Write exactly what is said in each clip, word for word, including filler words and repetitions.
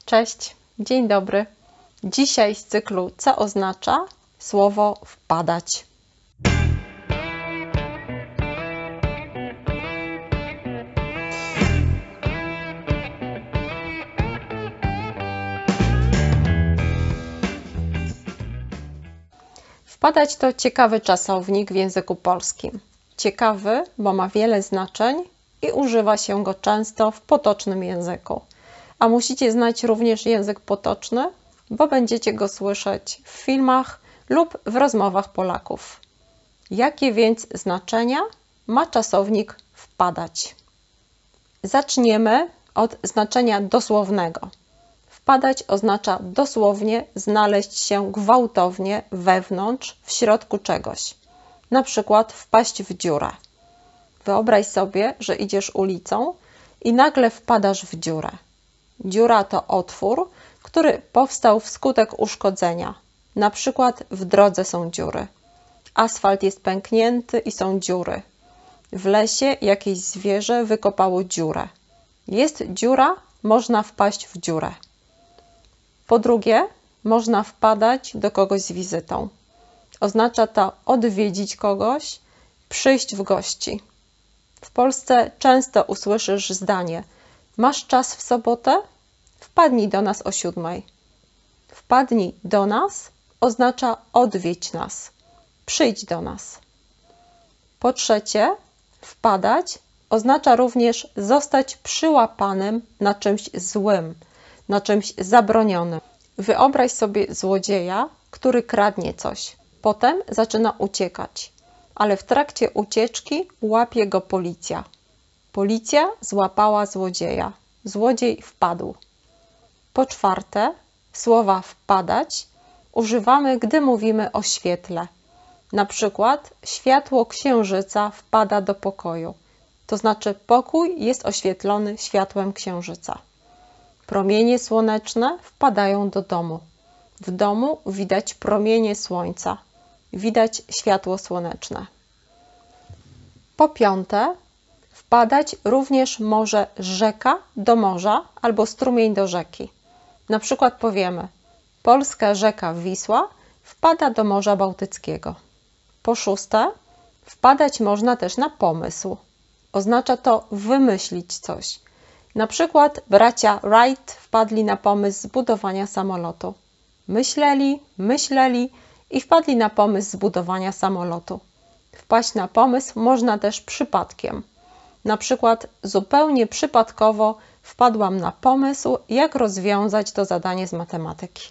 Cześć, dzień dobry. Dzisiaj z cyklu Co oznacza słowo wpadać. Wpadać to ciekawy czasownik w języku polskim. Ciekawy, bo ma wiele znaczeń i używa się go często w potocznym języku. A musicie znać również język potoczny, bo będziecie go słyszeć w filmach lub w rozmowach Polaków. Jakie więc znaczenia ma czasownik wpadać? Zaczniemy od znaczenia dosłownego. Wpadać oznacza dosłownie znaleźć się gwałtownie wewnątrz, w środku czegoś. Na przykład wpaść w dziurę. Wyobraź sobie, że idziesz ulicą i nagle wpadasz w dziurę. Dziura to otwór, który powstał wskutek uszkodzenia. Na przykład w drodze są dziury. Asfalt jest pęknięty i są dziury. W lesie jakieś zwierzę wykopało dziurę. Jest dziura, można wpaść w dziurę. Po drugie, można wpadać do kogoś z wizytą. Oznacza to odwiedzić kogoś, przyjść w gości. W Polsce często usłyszysz zdanie: masz czas w sobotę? Wpadnij do nas o siódmej. Wpadnij do nas oznacza odwiedź nas, przyjdź do nas. Po trzecie, wpadać oznacza również zostać przyłapanym na czymś złym, na czymś zabronionym. Wyobraź sobie złodzieja, który kradnie coś. Potem zaczyna uciekać, ale w trakcie ucieczki łapie go policja. Policja złapała złodzieja. Złodziej wpadł. Po czwarte, słowa wpadać używamy, gdy mówimy o świetle. Na przykład światło księżyca wpada do pokoju. To znaczy pokój jest oświetlony światłem księżyca. Promienie słoneczne wpadają do domu. W domu widać promienie słońca. Widać światło słoneczne. Po piąte, wpadać również może rzeka do morza albo strumień do rzeki. Na przykład powiemy: polska rzeka Wisła wpada do Morza Bałtyckiego. Po szóste, wpadać można też na pomysł. Oznacza to wymyślić coś. Na przykład bracia Wright wpadli na pomysł zbudowania samolotu. Myśleli, myśleli i wpadli na pomysł zbudowania samolotu. Wpaść na pomysł można też przypadkiem. Na przykład zupełnie przypadkowo wpadłam na pomysł, jak rozwiązać to zadanie z matematyki.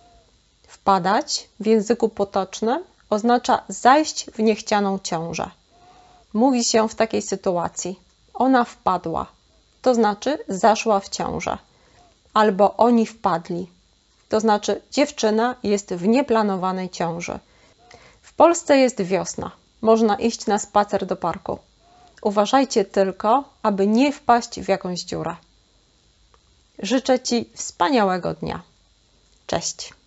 Wpadać w języku potocznym oznacza zajść w niechcianą ciążę. Mówi się w takiej sytuacji: ona wpadła, to znaczy zaszła w ciążę. Albo oni wpadli, to znaczy dziewczyna jest w nieplanowanej ciąży. W Polsce jest wiosna, można iść na spacer do parku. Uważajcie tylko, aby nie wpaść w jakąś dziurę. Życzę Ci wspaniałego dnia. Cześć!